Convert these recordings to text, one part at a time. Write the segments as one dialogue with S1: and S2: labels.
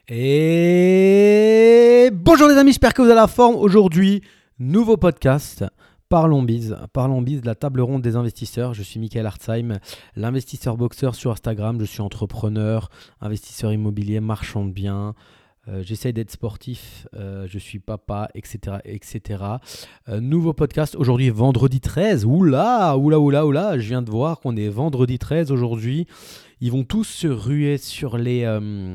S1: Et bonjour les amis, j'espère que vous avez la forme. Aujourd'hui, nouveau podcast, Parlons Biz. Parlons Biz, la table ronde des investisseurs. Je suis Michael Hartzheim, l'investisseur boxeur sur Instagram. Je suis entrepreneur, investisseur immobilier, marchand de biens. J'essaye d'être sportif, je suis papa, etc. etc. Nouveau podcast, aujourd'hui vendredi 13. Oula, je viens de voir qu'on est vendredi 13 aujourd'hui. Ils vont tous se ruer sur les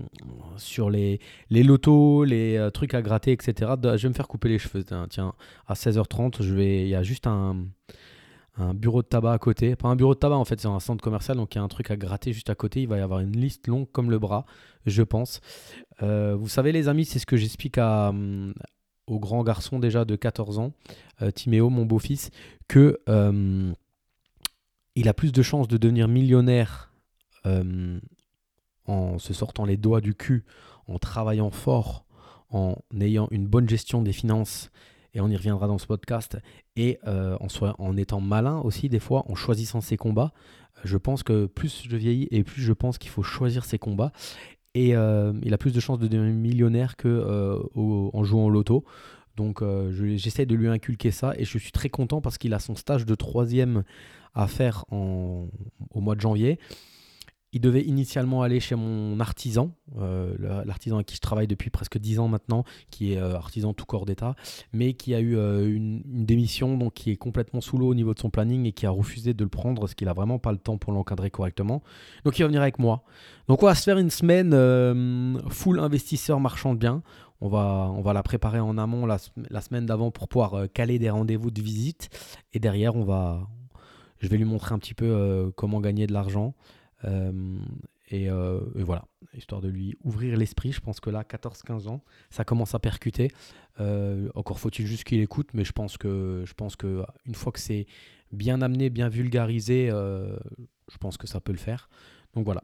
S1: lotos, les trucs à gratter, etc. Je vais me faire couper les cheveux. Tiens, à 16h30, il y a juste un bureau de tabac à côté. Pas un bureau de tabac en fait, c'est un centre commercial, donc il y a un truc à gratter juste à côté. Il va y avoir une liste longue comme le bras, je pense. Vous savez les amis, c'est ce que j'explique au grand garçon déjà de 14 ans, Timéo, mon beau-fils, que il a plus de chances de devenir millionnaire en se sortant les doigts du cul, en travaillant fort, en ayant une bonne gestion des finances, et on y reviendra dans ce podcast, et en étant malin aussi des fois, en choisissant ses combats. Je pense que plus je vieillis et plus je pense qu'il faut choisir ses combats, et il a plus de chances de devenir millionnaire en jouant au loto. Donc j'essaie de lui inculquer ça, et je suis très content parce qu'il a son stage de 3e à faire au mois de janvier. Il devait initialement aller chez mon artisan, l'artisan avec qui je travaille depuis presque 10 ans maintenant, qui est artisan tout corps d'État, mais qui a eu une démission, donc qui est complètement sous l'eau au niveau de son planning et qui a refusé de le prendre parce qu'il n'a vraiment pas le temps pour l'encadrer correctement. Donc il va venir avec moi. Donc on va se faire une semaine full investisseur marchand de biens. On va la préparer en amont la semaine d'avant pour pouvoir caler des rendez-vous de visite. Et derrière, je vais lui montrer un petit peu comment gagner de l'argent. Et voilà, histoire de lui ouvrir l'esprit. Je pense que là, 14-15 ans, ça commence à percuter. Encore faut-il juste qu'il écoute, mais je pense que une fois que c'est bien amené, bien vulgarisé, je pense que ça peut le faire. Donc voilà.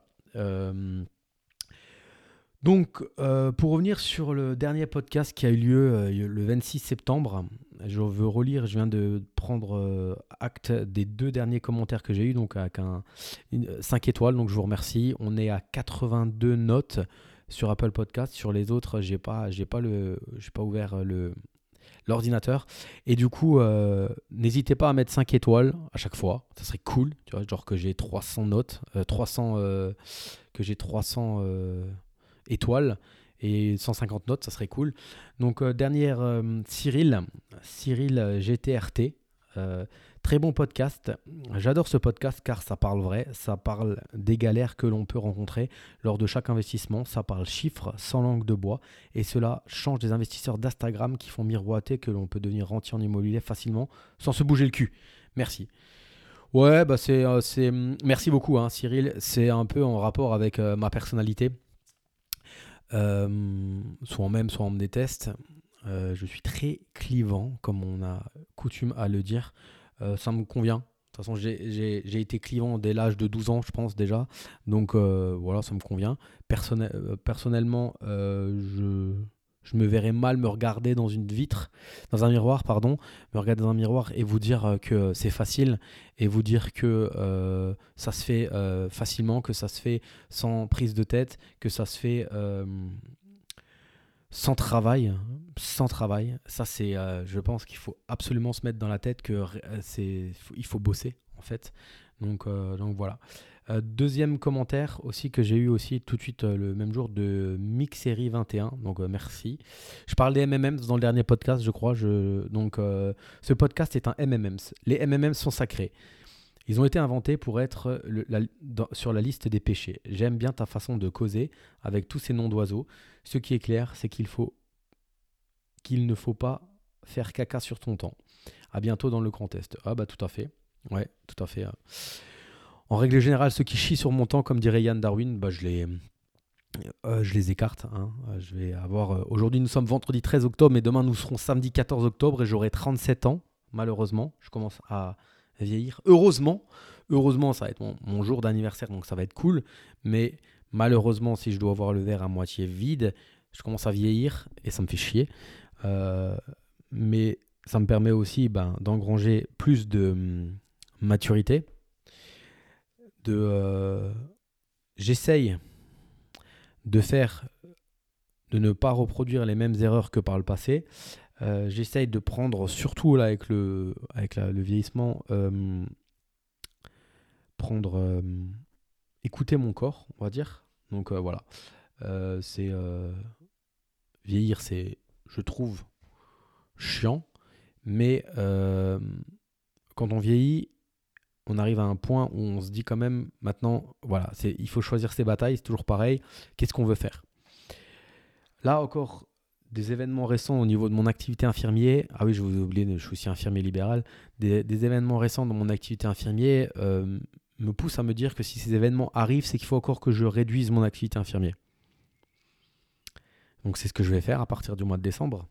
S1: Pour revenir sur le dernier podcast qui a eu lieu le 26 septembre, je viens de prendre acte des 2 derniers commentaires que j'ai eus, donc avec 5 étoiles, donc je vous remercie. On est à 82 notes sur Apple Podcast. Sur les autres, j'ai pas ouvert l'ordinateur. Et du coup, n'hésitez pas à mettre 5 étoiles à chaque fois, ça serait cool, tu vois, genre que j'ai 300 notes, que j'ai 300 étoiles et 150 notes, ça serait cool. Donc dernière, Cyril GTRT, très bon podcast. J'adore ce podcast car ça parle vrai, ça parle des galères que l'on peut rencontrer lors de chaque investissement, ça parle chiffres sans langue de bois, et cela change des investisseurs d'Instagram qui font miroiter que l'on peut devenir rentier en immobilier facilement sans se bouger le cul. Merci. Ouais, bah merci beaucoup hein, Cyril, c'est un peu en rapport avec ma personnalité. Soit on m'aime, soit on me déteste. Je suis très clivant, comme on a coutume à le dire. Ça me convient. De toute façon, j'ai été clivant dès l'âge de 12 ans, je pense déjà. Donc voilà, ça me convient. Personnellement, je me verrais mal me regarder dans un miroir, me regarder dans un miroir et vous dire que c'est facile, et vous dire que ça se fait facilement, que ça se fait sans prise de tête, que ça se fait sans travail. Ça, c'est, je pense qu'il faut absolument se mettre dans la tête que il faut bosser en fait. Donc voilà. Deuxième commentaire aussi que j'ai eu aussi tout de suite le même jour de Mixery21, donc merci. Je parle des MMMs dans le dernier podcast, je crois. Ce podcast est un MMMs. Les MMMs sont sacrés. Ils ont été inventés pour être sur la liste des péchés. J'aime bien ta façon de causer avec tous ces noms d'oiseaux. Ce qui est clair, c'est qu'il ne faut pas faire caca sur ton temps. À bientôt dans le grand test. Ah bah tout à fait. Ouais, tout à fait. En règle générale, ceux qui chient sur mon temps, comme dirait Yann Darwin, bah je les écarte. Hein. Je vais avoir. Aujourd'hui, nous sommes vendredi 13 octobre, et demain, nous serons samedi 14 octobre, et j'aurai 37 ans. Malheureusement, je commence à vieillir. Heureusement, ça va être mon jour d'anniversaire, donc ça va être cool. Mais malheureusement, si je dois avoir le verre à moitié vide, je commence à vieillir et ça me fait chier. Mais ça me permet aussi d'engranger plus de maturité. J'essaye de faire de ne pas reproduire les mêmes erreurs que par le passé. J'essaye de prendre, surtout là le vieillissement, prendre, écouter mon corps, on va dire. Donc voilà. C'est vieillir, c'est, je trouve, chiant, mais quand on vieillit, on arrive à un point où on se dit quand même, maintenant, voilà, il faut choisir ses batailles, c'est toujours pareil. Qu'est-ce qu'on veut faire? Là encore, des événements récents au niveau de mon activité infirmier. Ah oui, je vous ai oublié, je suis aussi infirmier libéral. Des événements récents dans mon activité infirmier me poussent à me dire que si ces événements arrivent, c'est qu'il faut encore que je réduise mon activité infirmier. Donc c'est ce que je vais faire à partir du mois de décembre.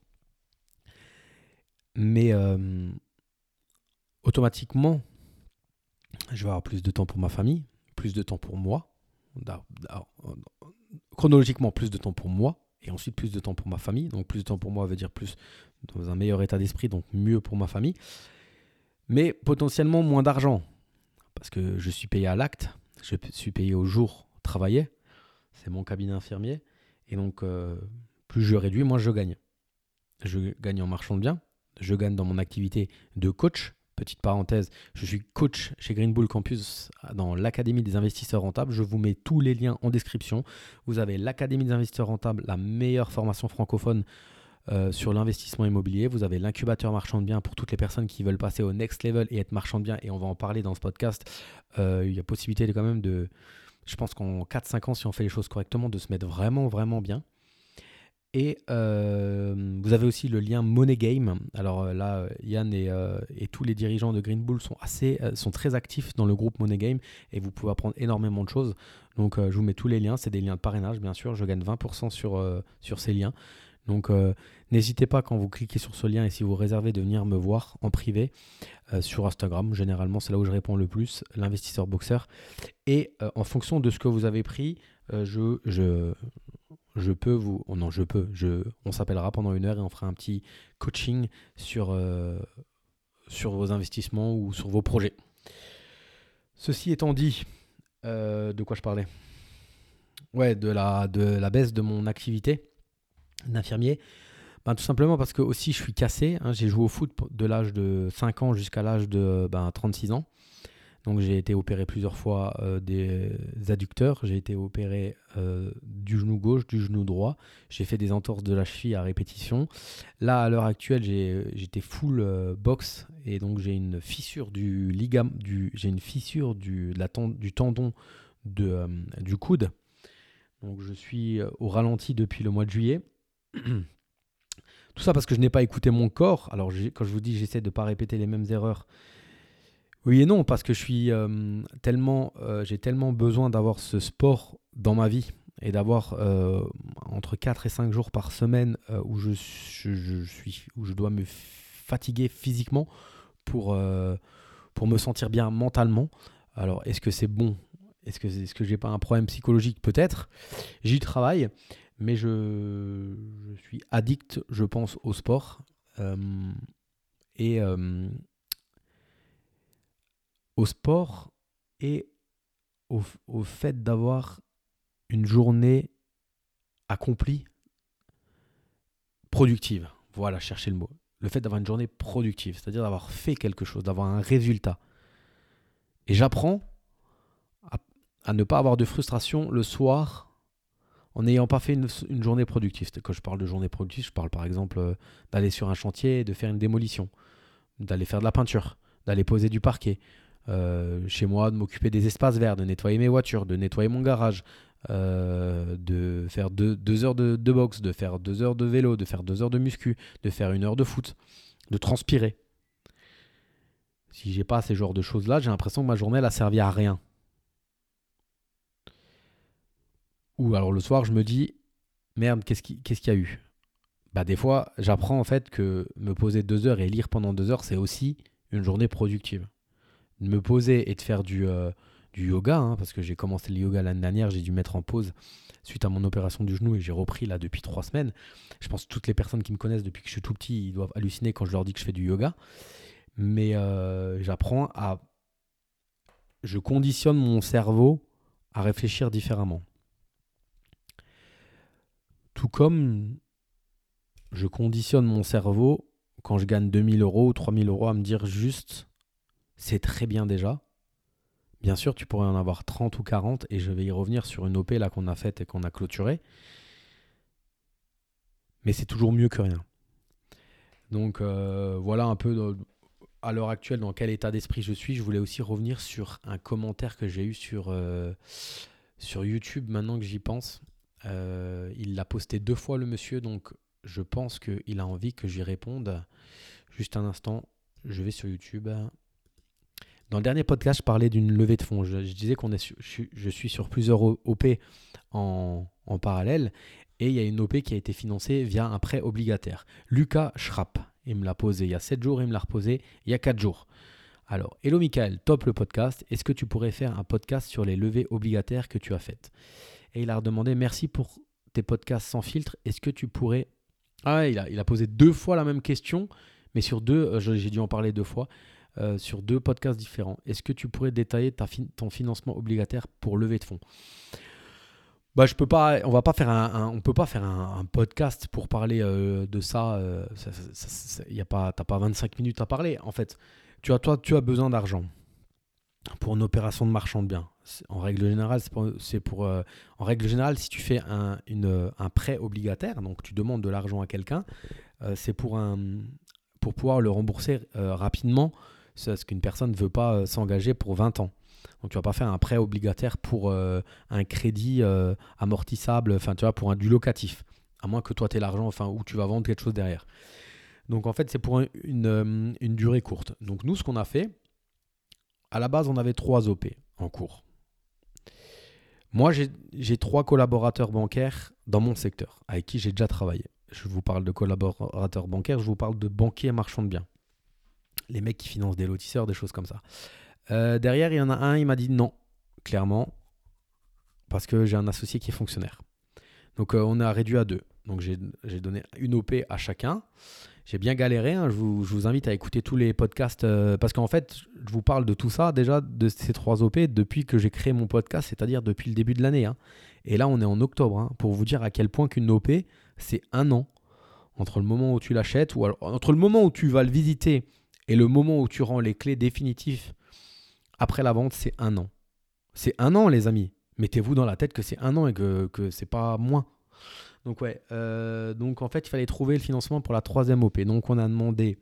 S1: Mais automatiquement, je vais avoir plus de temps pour ma famille, plus de temps pour moi. Chronologiquement, plus de temps pour moi et ensuite plus de temps pour ma famille. Donc plus de temps pour moi veut dire plus dans un meilleur état d'esprit, donc mieux pour ma famille. Mais potentiellement moins d'argent parce que je suis payé à l'acte, je suis payé au jour travaillé. C'est mon cabinet infirmier. Et donc, plus je réduis, moins je gagne. Je gagne en marchand de biens. Je gagne dans mon activité de coach. Petite parenthèse, je suis coach chez Green Bull Campus dans l'Académie des investisseurs rentables. Je vous mets tous les liens en description. Vous avez l'Académie des investisseurs rentables, la meilleure formation francophone sur l'investissement immobilier. Vous avez l'incubateur marchand de biens pour toutes les personnes qui veulent passer au next level et être marchand de biens. Et on va en parler dans ce podcast. Il y a possibilité quand même de, je pense qu'en 4-5 ans, si on fait les choses correctement, de se mettre vraiment, vraiment bien. Et vous avez aussi le lien Money Game. Alors là, Yann et tous les dirigeants de Green Bull sont très actifs dans le groupe Money Game et vous pouvez apprendre énormément de choses. Donc je vous mets tous les liens. C'est des liens de parrainage, bien sûr. Je gagne 20% sur ces liens. Donc n'hésitez pas quand vous cliquez sur ce lien et si vous réservez de venir me voir en privé sur Instagram. Généralement, c'est là où je réponds le plus, l'investisseur boxeur. Et en fonction de ce que vous avez pris, on s'appellera pendant 1 heure et on fera un petit coaching sur vos investissements ou sur vos projets. Ceci étant dit, de quoi je parlais? Ouais, de la baisse de mon activité d'infirmier. Tout simplement parce que aussi je suis cassé. J'ai joué au foot de l'âge de 5 ans jusqu'à l'âge de 36 ans. Donc j'ai été opéré plusieurs fois des adducteurs, j'ai été opéré du genou gauche, du genou droit, j'ai fait des entorses de la cheville à répétition. Là à l'heure actuelle j'étais full boxe et donc j'ai une fissure du ligament, j'ai une fissure du tendon du coude. Donc je suis au ralenti depuis le mois de juillet. Tout ça parce que je n'ai pas écouté mon corps. Alors quand je vous dis j'essaie de ne pas répéter les mêmes erreurs, oui et non, parce que j'ai tellement besoin d'avoir ce sport dans ma vie et d'avoir entre 4 et 5 jours par semaine où où je dois me fatiguer physiquement pour me sentir bien mentalement. Alors, est-ce que c'est bon? Est-ce que j'ai pas un problème psychologique? Peut-être. J'y travaille, mais je suis addict, je pense, au sport. Et au sport et au fait d'avoir une journée accomplie, productive. Voilà, cherchez le mot. Le fait d'avoir une journée productive, c'est-à-dire d'avoir fait quelque chose, d'avoir un résultat. Et j'apprends à ne pas avoir de frustration le soir en n'ayant pas fait une journée productive. Quand je parle de journée productive, je parle par exemple d'aller sur un chantier et de faire une démolition, d'aller faire de la peinture, d'aller poser du parquet, chez moi, de m'occuper des espaces verts, de nettoyer mes voitures, de nettoyer mon garage, de faire 2 heures de boxe, de faire 2 heures de vélo, de faire 2 heures de muscu, de faire 1 heure de foot, de transpirer. Si j'ai pas ces genres de choses-là, j'ai l'impression que ma journée elle a servi à rien. Ou alors le soir, je me dis, merde, qu'est-ce qu'il y a eu? Des fois, j'apprends en fait que me poser 2 heures et lire pendant 2 heures, c'est aussi une journée productive. De me poser et de faire du yoga, parce que j'ai commencé le yoga l'année dernière, j'ai dû mettre en pause suite à mon opération du genou et j'ai repris là depuis 3 semaines. Je pense que toutes les personnes qui me connaissent depuis que je suis tout petit, ils doivent halluciner quand je leur dis que je fais du yoga. Mais je conditionne mon cerveau à réfléchir différemment. Tout comme je conditionne mon cerveau quand je gagne 2 000 euros ou 3 000 euros à me dire juste, c'est très bien déjà. Bien sûr, tu pourrais en avoir 30 ou 40 et je vais y revenir sur une OP là qu'on a faite et qu'on a clôturée. Mais c'est toujours mieux que rien. Donc voilà un peu à l'heure actuelle dans quel état d'esprit je suis. Je voulais aussi revenir sur un commentaire que j'ai eu sur YouTube maintenant que j'y pense. Il l'a posté 2 fois le monsieur, donc je pense qu'il a envie que j'y réponde. Juste un instant, je vais sur YouTube. Dans le dernier podcast, je parlais d'une levée de fonds. Je disais je suis sur plusieurs OP en parallèle et il y a une OP qui a été financée via un prêt obligataire. Lucas Schrapp, il me l'a posé il y a 7 jours, il me l'a reposé il y a 4 jours. Alors, hello Michael, top le podcast. Est-ce que tu pourrais faire un podcast sur les levées obligataires que tu as faites? Et il a redemandé merci pour tes podcasts sans filtre. Est-ce que tu pourrais... Ah ouais, il a posé 2 fois la même question, mais sur 2, j'ai dû en parler 2 fois. Sur 2 podcasts différents. Est-ce que tu pourrais détailler ton financement obligataire pour lever de fonds? Bah, je peux pas, on peut pas faire un podcast pour parler de ça. T'as pas 25 minutes à parler. En fait, tu as besoin d'argent pour une opération de marchand de biens. En règle générale, en règle générale, si tu fais un prêt obligataire, donc tu demandes de l'argent à quelqu'un, c'est pour pouvoir le rembourser rapidement. C'est parce qu'une personne ne veut pas s'engager pour 20 ans. Donc tu vas pas faire un prêt obligataire pour un crédit amortissable, enfin tu vois, pour du locatif. À moins que toi tu aies l'argent, enfin, ou tu vas vendre quelque chose derrière. Donc en fait, c'est pour une durée courte. Donc nous, ce qu'on a fait, à la base, on avait 3 OP en cours. Moi, j'ai 3 collaborateurs bancaires dans mon secteur, avec qui j'ai déjà travaillé. Je vous parle de collaborateurs bancaires, je vous parle de banquiers marchands de biens. Les mecs qui financent des lotisseurs, des choses comme ça. Derrière, il y en a un, il m'a dit non, clairement, parce que j'ai un associé qui est fonctionnaire. Donc on a réduit à 2. Donc j'ai donné une OP à chacun. J'ai bien galéré, hein. Je vous invite à écouter tous les podcasts, parce qu'en fait, je vous parle de tout ça, déjà, de ces 3 OP, depuis que j'ai créé mon podcast, c'est-à-dire depuis le début de l'année. Hein. Et là, on est en octobre, hein, pour vous dire à quel point qu'une OP, c'est 1 an. Entre le moment où tu l'achètes, ou alors, entre le moment où tu vas le visiter et le moment où tu rends les clés définitives après la vente, c'est 1 an. C'est 1 an, les amis. Mettez-vous dans la tête que c'est 1 an et que c'est pas moins. Donc ouais, donc en fait, il fallait trouver le financement pour la 3e OP. Donc on a demandé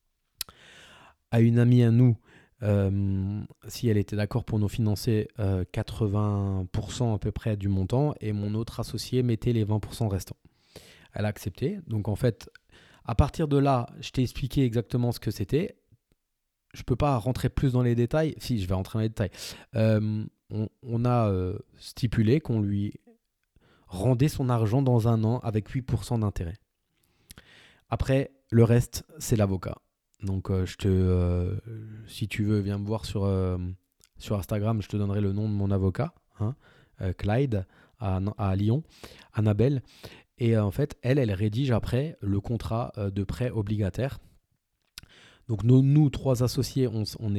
S1: à une amie à nous si elle était d'accord pour nous financer 80% à peu près du montant et mon autre associé mettait les 20% restants. Elle a accepté. Donc en fait, à partir de là, je t'ai expliqué exactement ce que c'était. Je ne peux pas rentrer plus dans les détails. Si, je vais rentrer dans les détails. On a stipulé qu'on lui rendait son argent dans 1 an avec 8% d'intérêt. Après, le reste, c'est l'avocat. Donc, si tu veux, viens me voir sur Instagram. Je te donnerai le nom de mon avocat, hein, Clyde, à Lyon, Annabelle. Et en fait, elle rédige après le contrat de prêt obligataire. Donc nous 3 associés, on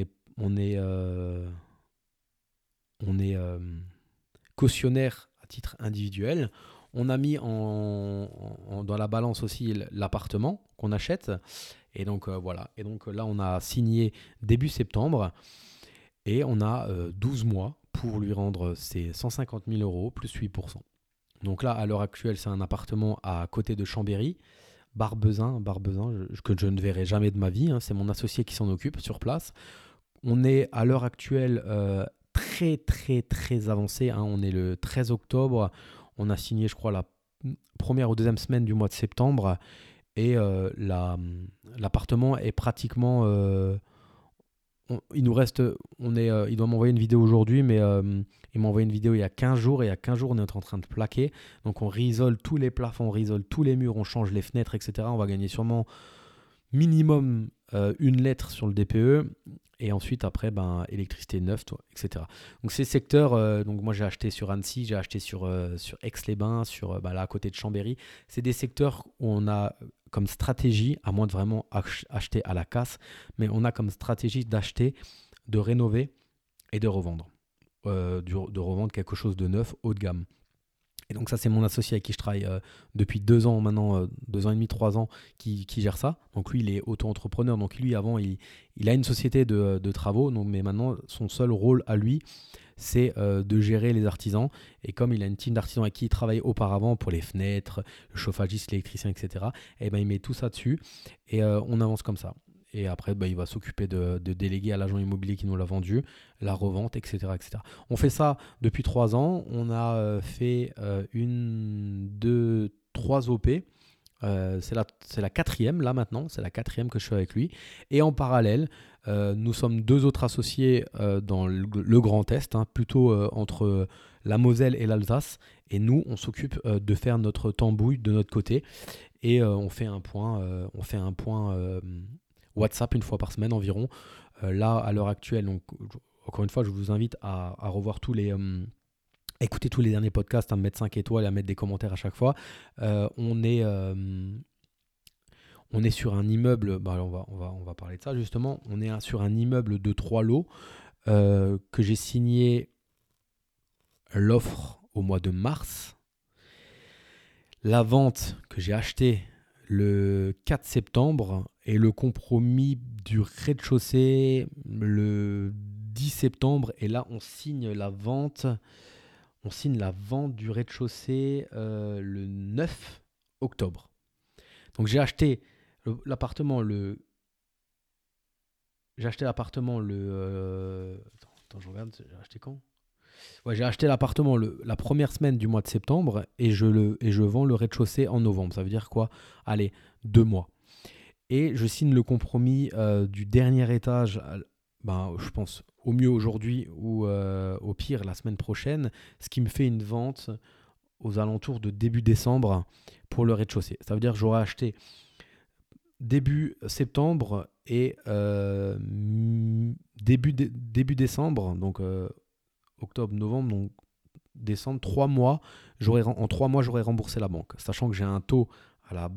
S1: est cautionnaire à titre individuel. On a mis dans la balance aussi l'appartement qu'on achète. Et donc voilà. Et donc là, on a signé début septembre et on a 12 mois pour lui rendre ses 150 000 euros plus 8%. Donc là, à l'heure actuelle, c'est un appartement à côté de Chambéry. Barbezin, que je ne verrai jamais de ma vie, hein, c'est mon associé qui s'en occupe sur place. On est à l'heure actuelle très très très avancé, hein, on est le 13 octobre, on a signé je crois la première ou deuxième semaine du mois de septembre et l'appartement est pratiquement... il nous reste, il doit m'envoyer une vidéo aujourd'hui, mais il m'a envoyé une vidéo il y a 15 jours, et il y a 15 jours, on est en train de plaquer. Donc on risole tous les plafonds, on risole tous les murs, on change les fenêtres, etc. On va gagner sûrement minimum 1 lettre sur le DPE, et ensuite après, électricité neuve, etc. Donc ces secteurs, donc moi j'ai acheté sur Annecy, j'ai acheté sur Aix-les-Bains, là à côté de Chambéry. C'est des secteurs où on a comme stratégie, à moins de vraiment acheter à la casse, mais on a comme stratégie d'acheter, de rénover et de revendre. De revendre quelque chose de neuf, haut de gamme. Et donc ça, c'est mon associé avec qui je travaille depuis 2 ans maintenant, 2 ans et demi, 3 ans, qui gère ça. Donc lui, il est auto-entrepreneur. Donc lui, avant, il a une société de travaux. Donc, mais maintenant, son seul rôle à lui, c'est de gérer les artisans. Et comme il a une team d'artisans avec qui il travaille auparavant pour les fenêtres, le chauffagiste, l'électricien, etc., et ben, il met tout ça dessus et on avance comme ça. Et après, il va s'occuper de déléguer à l'agent immobilier qui nous l'a vendu, la revente, etc., etc. On fait ça depuis 3 ans. On a fait 3 OP. C'est la quatrième, là maintenant. C'est la quatrième que je fais avec lui. Et en parallèle, nous sommes 2 autres associés dans le Grand Est, hein, plutôt entre la Moselle et l'Alsace. Et nous, on s'occupe de faire notre tambouille de notre côté. Et on fait un point, WhatsApp une fois par semaine environ. Là, à l'heure actuelle, donc, encore une fois, je vous invite à revoir écouter tous les derniers podcasts, à me mettre 5 étoiles et à mettre des commentaires à chaque fois. On est sur un immeuble, on va parler de ça justement. On est sur un immeuble de 3 lots que j'ai signé l'offre au mois de mars. La vente que j'ai achetée le 4 septembre et le compromis du rez-de-chaussée le 10 septembre. Et là, on signe la vente du rez-de-chaussée le 9 octobre. Donc j'ai acheté l'appartement attends, je regarde, j'ai acheté quand? Ouais, j'ai acheté l'appartement la première semaine du mois de septembre et je vends le rez-de-chaussée en novembre. Ça veut dire quoi? Allez, 2 mois. Et je signe le compromis du dernier étage, je pense au mieux aujourd'hui ou au pire la semaine prochaine, ce qui me fait une vente aux alentours de début décembre pour le rez-de-chaussée. Ça veut dire que j'aurai acheté début septembre et début décembre, donc octobre, novembre, donc décembre, 3 mois, en 3 mois, j'aurais remboursé la banque. Sachant que j'ai un taux à la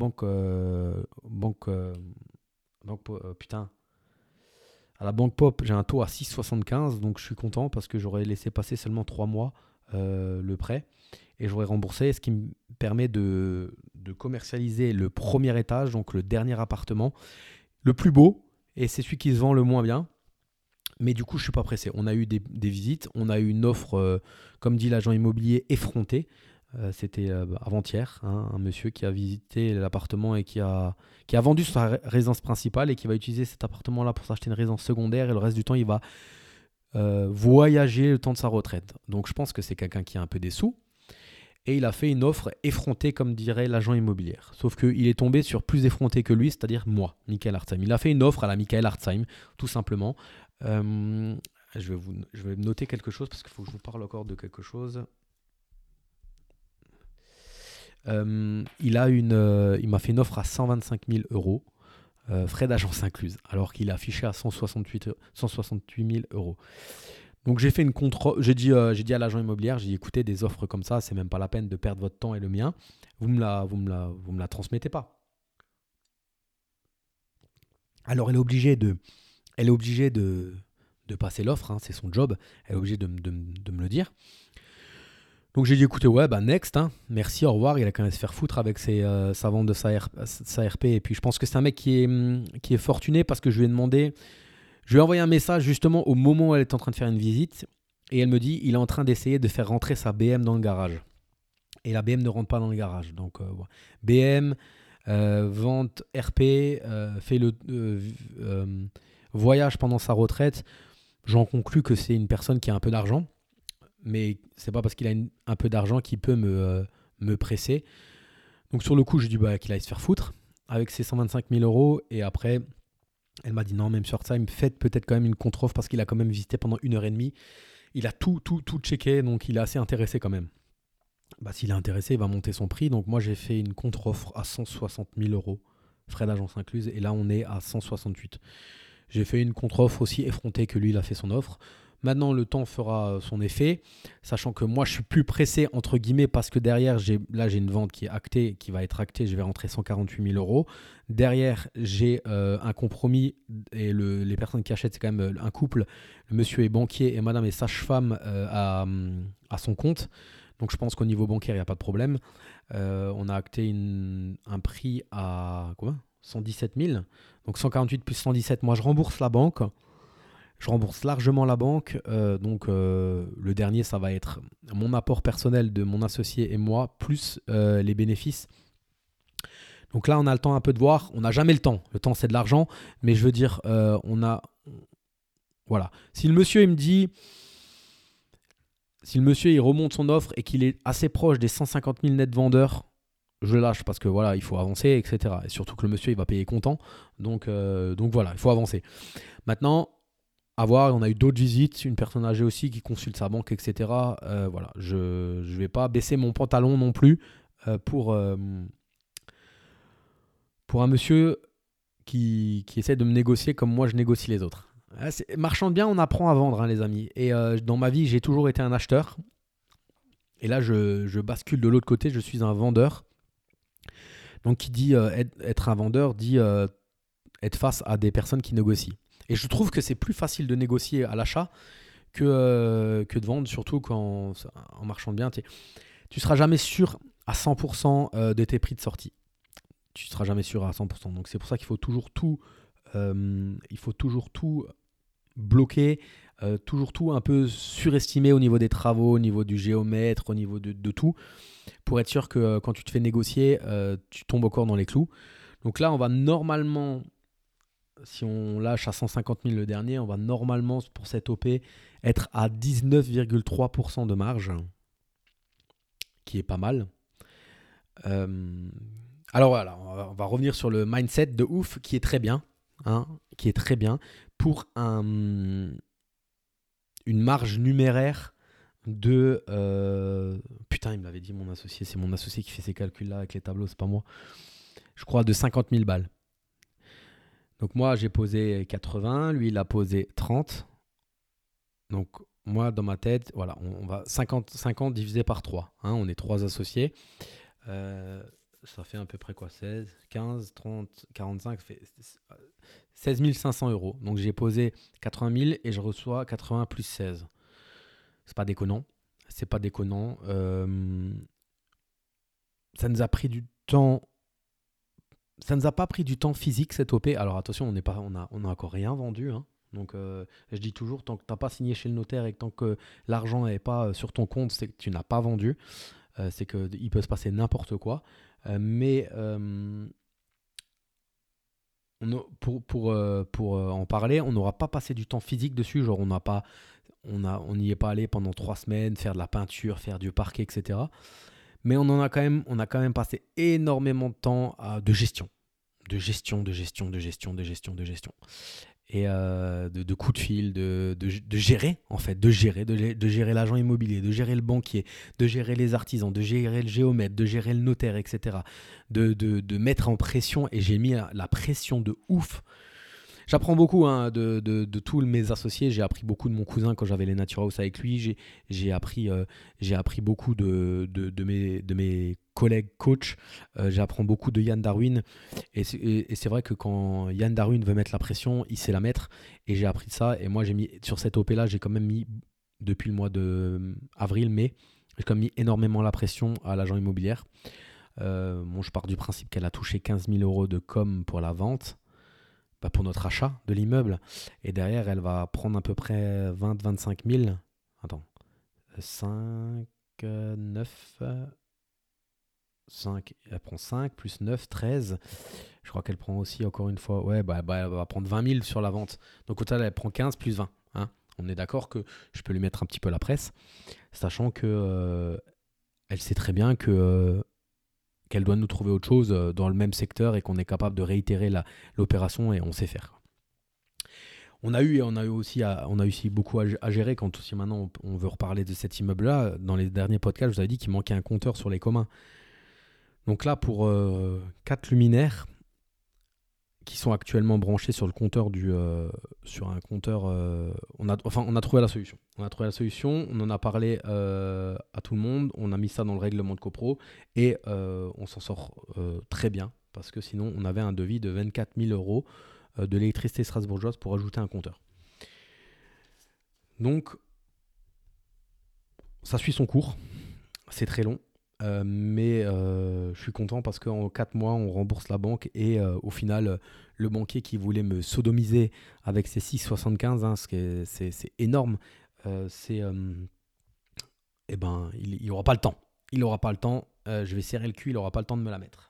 S1: à la banque Pop, j'ai un taux à 6,75, donc je suis content parce que j'aurais laissé passer seulement 3 mois le prêt et j'aurais remboursé, ce qui me permet de commercialiser le premier étage, donc le dernier appartement, le plus beau, et c'est celui qui se vend le moins bien. Mais du coup, je ne suis pas pressé. On a eu des visites, on a eu une offre, comme dit l'agent immobilier, effrontée. C'était avant-hier, hein, un monsieur qui a visité l'appartement et qui a vendu sa résidence principale et qui va utiliser cet appartement-là pour s'acheter une résidence secondaire et le reste du temps, il va voyager le temps de sa retraite. Donc je pense que c'est quelqu'un qui a un peu des sous et il a fait une offre effrontée, comme dirait l'agent immobilier. Sauf qu'il est tombé sur plus effronté que lui, c'est-à-dire moi, Michael Hartzheim. Il a fait une offre à la Michael Hartzheim, tout simplement. Je vais noter quelque chose parce qu'il faut que je vous parle encore de quelque chose. Il m'a fait une offre à 125 000 euros, frais d'agence incluse, alors qu'il a affiché à 168 000 euros. Donc j'ai fait j'ai dit à l'agent immobilier, j'ai dit écoutez, des offres comme ça, c'est même pas la peine de perdre votre temps et le mien. Vous me la transmettez pas. Alors elle est obligée de passer l'offre, hein, c'est son job. Elle est obligée de me le dire. Donc j'ai dit écoutez, ouais, next, hein, merci, au revoir. Il a quand même se faire foutre avec sa vente de sa RP. Et puis je pense que c'est un mec qui est fortuné parce que je lui ai envoyé un message justement au moment où elle est en train de faire une visite. Et elle me dit il est en train d'essayer de faire rentrer sa BM dans le garage. Et la BM ne rentre pas dans le garage. Donc BM, vente RP, fait le voyage pendant sa retraite. J'en conclus que c'est une personne qui a un peu d'argent. Mais c'est pas parce qu'il a un peu d'argent qu'il peut me presser. Donc sur le coup, je dis qu'il aille se faire foutre avec ses 125 000 euros. Et après, elle m'a dit non, même sur ça, il me fait peut-être quand même une contre-offre parce qu'il a quand même visité pendant 1h30. Il a tout checké, donc il est assez intéressé quand même. S'il est intéressé, il va monter son prix. Donc moi, j'ai fait une contre-offre à 160 000 euros, frais d'agence incluse. Et là, on est à 168. J'ai fait une contre-offre aussi effrontée que lui, il a fait son offre. Maintenant, le temps fera son effet, sachant que moi, je suis plus pressé, entre guillemets, parce que derrière, j'ai une vente qui est actée, qui va être actée. Je vais rentrer 148 000 euros. Derrière, j'ai un compromis et les personnes qui achètent, c'est quand même un couple. Le monsieur est banquier et madame est sage-femme à son compte. Donc je pense qu'au niveau bancaire, il n'y a pas de problème. On a acté un prix à quoi 117 000. Donc 148 plus 117, moi je rembourse la banque. Je rembourse largement la banque. Le dernier, ça va être mon apport personnel de mon associé et moi, plus les bénéfices. Donc là, on a le temps un peu de voir. On n'a jamais le temps. Le temps, c'est de l'argent. Mais je veux dire, Voilà. Si le monsieur, il me dit... Si le monsieur, il remonte son offre et qu'il est assez proche des 150 000 net vendeurs, je lâche parce que voilà, il faut avancer, etc. Et surtout que le monsieur, il va payer content. Donc voilà, il faut avancer. Maintenant, à voir, on a eu d'autres visites, une personne âgée aussi qui consulte sa banque, etc. Voilà, je ne vais pas baisser mon pantalon non plus pour un monsieur qui essaie de me négocier comme moi je négocie les autres. Marchand de biens, on apprend à vendre, hein, les amis. Et dans ma vie, j'ai toujours été un acheteur. Et là, je bascule de l'autre côté, je suis un vendeur. Donc, qui dit être un vendeur, dit être face à des personnes qui négocient. Et je trouve que c'est plus facile de négocier à l'achat que de vendre, surtout en marchand de biens. Tu ne seras jamais sûr à 100% de tes prix de sortie. Tu ne seras jamais sûr à 100%. Donc, c'est pour ça qu'il faut toujours tout bloqué, toujours tout un peu surestimé au niveau des travaux, au niveau du géomètre, au niveau de tout, pour être sûr que quand tu te fais négocier, tu tombes encore dans les clous. Donc là, on va normalement, si on lâche à 150 000 le dernier, on va normalement, pour cette OP, être à 19,3% de marge, qui est pas mal. Alors voilà, on va revenir sur le mindset de ouf, qui est très bien, qui est très bien, pour une marge numéraire de... putain, il me l'avait dit mon associé, c'est mon associé qui fait ces calculs-là avec les tableaux, c'est pas moi. Je crois de 50 000 balles. Donc moi, j'ai posé 80, lui, il a posé 30. Donc moi, dans ma tête, voilà, on va 50 divisé par 3. On est 3 associés. Ça fait à peu près quoi, 16, 15, 30, 45, ça fait 16 500 euros. Donc j'ai posé 80 000 et je reçois 80 plus 16. C'est pas déconnant. C'est pas déconnant. Ça nous a pris du temps. Ça nous a pas pris du temps physique cette OP. Alors attention, on a encore rien vendu. Donc je dis toujours, tant que tu n'as pas signé chez le notaire et que tant que l'argent n'est pas sur ton compte, c'est que tu n'as pas vendu. C'est qu'il peut se passer n'importe quoi. Mais pour en parler, on n'aura pas passé du temps physique dessus. Genre on n'y est pas allé pendant 3 semaines, faire de la peinture, faire du parquet, etc. Mais on a quand même passé énormément de temps de gestion. De gestion. Et de coups de fil, de gérer, en fait, de gérer l'agent immobilier, de gérer le banquier, de gérer les artisans, de gérer le géomètre, de gérer le notaire, etc. De mettre en pression, et j'ai mis la pression de ouf. J'apprends beaucoup de tous mes associés. J'ai appris beaucoup de mon cousin quand j'avais les Natura House avec lui. J'ai appris beaucoup de mes collègues coachs. J'apprends beaucoup de Yann Darwin. Et c'est vrai que quand Yann Darwin veut mettre la pression, il sait la mettre. Et j'ai appris de ça. Et moi, j'ai mis sur cette OP-là, j'ai quand même mis, depuis le mois de avril, mai, j'ai quand même mis énormément la pression à l'agent immobilière. Je pars du principe qu'elle a touché 15 000 euros de com pour la vente. Pour notre achat de l'immeuble. Et derrière, elle va prendre à peu près 20-25 000. Attends. 5, 9... 5, elle prend 5 plus 9, 13. Je crois qu'elle prend aussi, encore une fois... Ouais, elle va prendre 20 000 sur la vente. Donc au total, elle prend 15 plus 20. On est d'accord que je peux lui mettre un petit peu la presse. Sachant que elle sait très bien que... qu'elle doit nous trouver autre chose dans le même secteur et qu'on est capable de réitérer l'opération, et on sait faire. On a eu aussi beaucoup à gérer quand aussi maintenant on veut reparler de cet immeuble-là. Dans les derniers podcasts, je vous avais dit qu'il manquait un compteur sur les communs. Donc là, pour 4 luminaires qui sont actuellement branchés sur le compteur sur un compteur, on a trouvé la solution. On en a parlé à tout le monde, on a mis ça dans le règlement de copro et on s'en sort très bien, parce que sinon on avait un devis de 24 000 euros de l'électricité strasbourgeoise pour ajouter un compteur. Donc ça suit son cours. C'est très long. Mais je suis content parce qu'en 4 mois, on rembourse la banque et au final, le banquier qui voulait me sodomiser avec ses 6,75, hein, c'est énorme, c'est, eh ben, il aura pas le temps. Il aura pas le temps. Je vais serrer le cul, il aura pas le temps de me la mettre.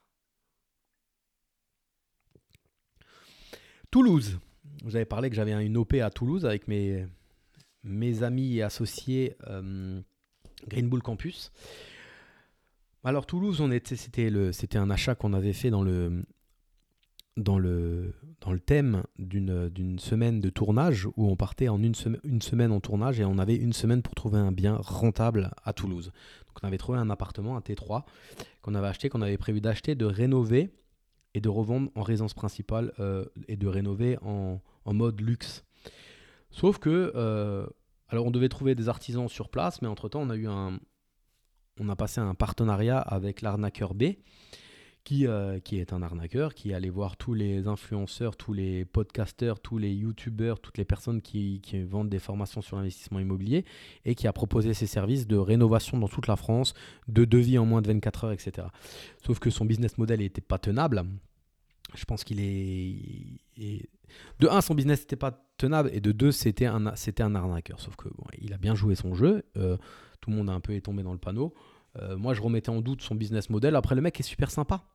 S1: Toulouse. Vous avez parlé que j'avais une OP à Toulouse avec mes amis et associés Green Bull Campus. Alors Toulouse, c'était un achat qu'on avait fait dans le thème d'une semaine de tournage où on partait en une semaine en tournage et on avait une semaine pour trouver un bien rentable à Toulouse. Donc on avait trouvé un appartement, un T3, qu'on avait acheté, qu'on avait prévu d'acheter, de rénover et de revendre en résidence principale et de rénover en mode luxe. Sauf que, alors on devait trouver des artisans sur place, mais entre-temps on a passé un partenariat avec l'arnaqueur B, qui est un arnaqueur, qui allait voir tous les influenceurs, tous les podcasteurs, tous les youtubeurs, toutes les personnes qui vendent des formations sur l'investissement immobilier et qui a proposé ses services de rénovation dans toute la France, de devis en moins de 24 heures, etc. Sauf que son business model n'était pas tenable. Je pense qu'il est... De un, son business n'était pas tenable et de deux, c'était un arnaqueur. Sauf que bon, il a bien joué son jeu. Tout le monde a un peu tombé dans le panneau. Moi, je remettais en doute son business model. Après, le mec est super sympa.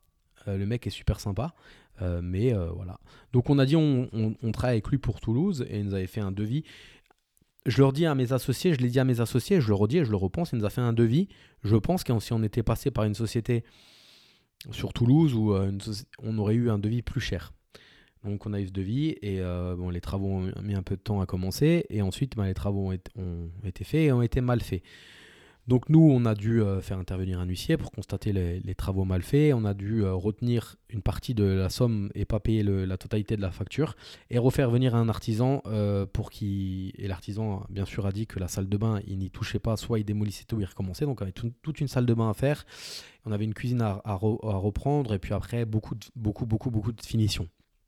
S1: Mais voilà. Donc, on a dit on travaille avec lui pour Toulouse et il nous avait fait un devis. Je leur dis à mes associés, je l'ai dit à mes associés, je le redis et je le repense, il nous a fait un devis. Je pense que si on était passé par une société sur Toulouse, où on aurait eu un devis plus cher. Donc on a eu ce devis et les travaux ont mis un peu de temps à commencer et ensuite les travaux ont été faits et ont été mal faits. Donc nous, on a dû faire intervenir un huissier pour constater les travaux mal faits. On a dû retenir une partie de la somme et pas payer la totalité de la facture et refaire venir un artisan et l'artisan, bien sûr, a dit que la salle de bain, il n'y touchait pas, soit il démolissait tout, il recommençait. Donc on avait toute une salle de bain à faire. On avait une cuisine à reprendre et puis après, beaucoup de finition.